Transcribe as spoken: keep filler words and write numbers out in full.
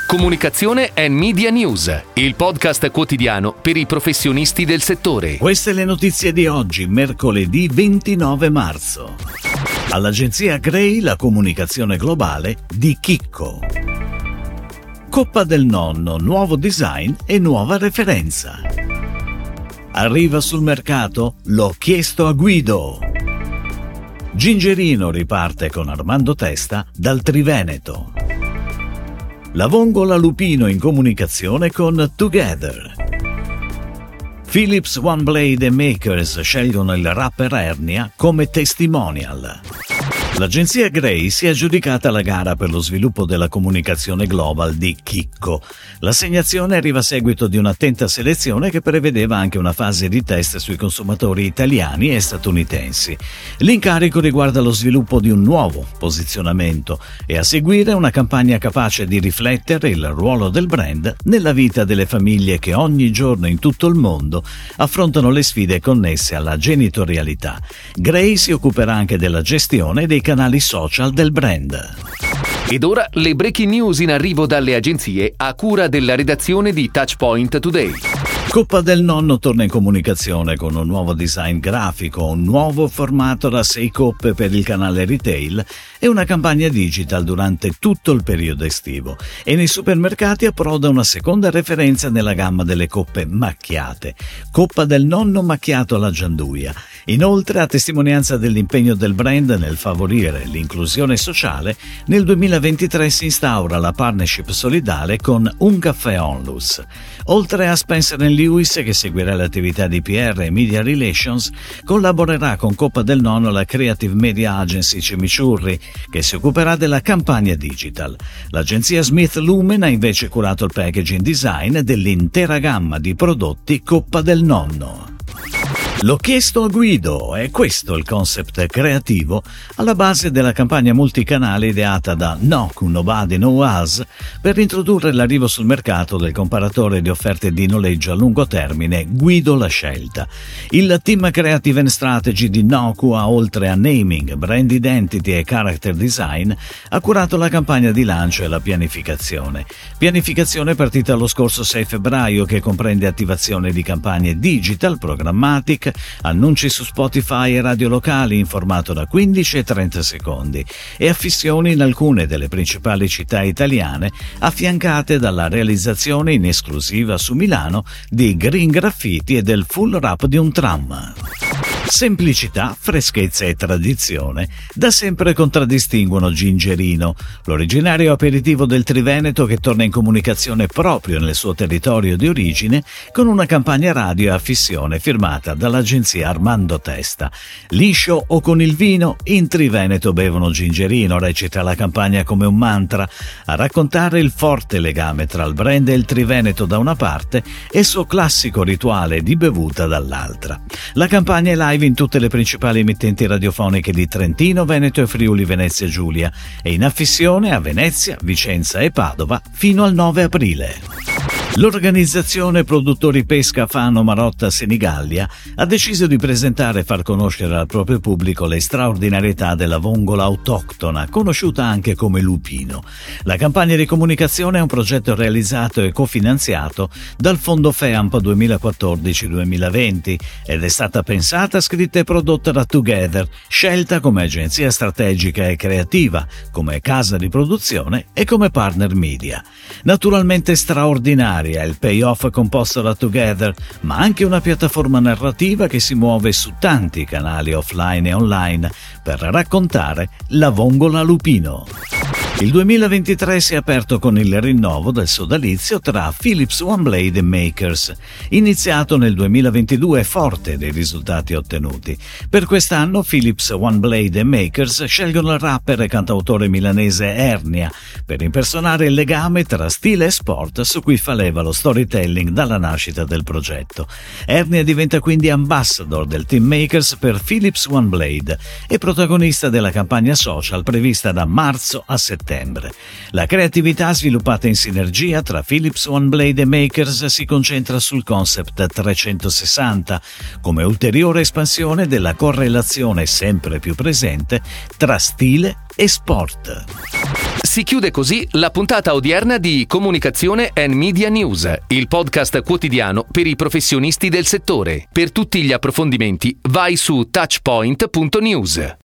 Comunicazione and Media News, il podcast quotidiano per i professionisti del settore. Queste le notizie di oggi, mercoledì ventinove marzo. All'agenzia Grey la comunicazione globale di Chicco. Coppa del nonno, nuovo design e nuova referenza. Arriva sul mercato? L'ho chiesto a Guido. Gingerino riparte con Armando Testa dal Triveneto. La vongola Lupino in comunicazione con Together. Philips OneBlade e Makers scelgono il rapper Ernia come testimonial. L'agenzia Grey si è aggiudicata la gara per lo sviluppo della comunicazione global di Chicco. L'assegnazione arriva a seguito di un'attenta selezione che prevedeva anche una fase di test sui consumatori italiani e statunitensi. L'incarico riguarda lo sviluppo di un nuovo posizionamento e a seguire una campagna capace di riflettere il ruolo del brand nella vita delle famiglie che ogni giorno in tutto il mondo affrontano le sfide connesse alla genitorialità. Grey si occuperà anche della gestione dei canali social del brand. Ed ora le breaking news in arrivo dalle agenzie a cura della redazione di Touchpoint Today. Coppa del nonno torna in comunicazione con un nuovo design grafico, un nuovo formato da sei coppe per il canale retail e una campagna digital durante tutto il periodo estivo. E nei supermercati approda una seconda referenza nella gamma delle coppe macchiate. Coppa del nonno macchiato alla gianduia. Inoltre, a testimonianza dell'impegno del brand nel favorire l'inclusione sociale, nel duemilaventitré si instaura la partnership solidale con Un Caffè Onlus. Oltre a Spencer and Lewis, che seguirà le attività di P R e Media Relations, collaborerà con Coppa del Nonno la Creative Media Agency Cimiciurri, che si occuperà della campagna digital. L'agenzia Smith Lumen ha invece curato il packaging design dell'intera gamma di prodotti Coppa del Nonno. L'ho chiesto a Guido, è questo il concept creativo alla base della campagna multicanale ideata da Knock Nobody Know Us per introdurre l'arrivo sul mercato del comparatore di offerte di noleggio a lungo termine Guido la Scelta. Il team Creative and Strategy di Nocua, oltre a naming, brand identity e character design, ha curato la campagna di lancio e la pianificazione. Pianificazione partita lo scorso sei febbraio che comprende attivazione di campagne digital, programmatic, annunci su Spotify e radio locali in formato da quindici e trenta secondi e affissioni in alcune delle principali città italiane, affiancate dalla realizzazione in esclusiva su Milano di green graffiti e del full wrap di un tram. Semplicità, freschezza e tradizione da sempre contraddistinguono Gingerino, l'originario aperitivo del Triveneto che torna in comunicazione proprio nel suo territorio di origine con una campagna radio e affissione firmata dall'agenzia Armando Testa. Liscio o con il vino, in Triveneto bevono Gingerino, recita la campagna come un mantra, a raccontare il forte legame tra il brand e il Triveneto da una parte e il suo classico rituale di bevuta dall'altra. La campagna è live in tutte le principali emittenti radiofoniche di Trentino, Veneto e Friuli Venezia Giulia e in affissione a Venezia, Vicenza e Padova fino al nove aprile. L'organizzazione Produttori Pesca Fano Marotta Senigallia ha deciso di presentare e far conoscere al proprio pubblico le straordinarietà della vongola autoctona, conosciuta anche come lupino. La campagna di comunicazione è un progetto realizzato e cofinanziato dal Fondo FEAMP duemilaquattordici duemilaventi ed è stata pensata, scritta e prodotta da Together, scelta come agenzia strategica e creativa, come casa di produzione e come partner media. Naturalmente straordinaria è il payoff composto da Together, ma anche una piattaforma narrativa che si muove su tanti canali offline e online per raccontare la vongola lupino. Il duemilaventitré si è aperto con il rinnovo del sodalizio tra Philips OneBlade e Makers, iniziato nel duemilaventidue forte dei risultati ottenuti. Per quest'anno Philips OneBlade e Makers scelgono il rapper e cantautore milanese Ernia per impersonare il legame tra stile e sport su cui fa leva lo storytelling dalla nascita del progetto. Ernia diventa quindi ambassador del team Makers per Philips OneBlade e protagonista della campagna social prevista da marzo a settembre. La creatività sviluppata in sinergia tra Philips OneBlade e Makers si concentra sul concept trecentosessanta, come ulteriore espansione della correlazione sempre più presente tra stile e sport. Si chiude così la puntata odierna di Comunicazione and Media News, il podcast quotidiano per i professionisti del settore. Per tutti gli approfondimenti vai su touchpoint punto news.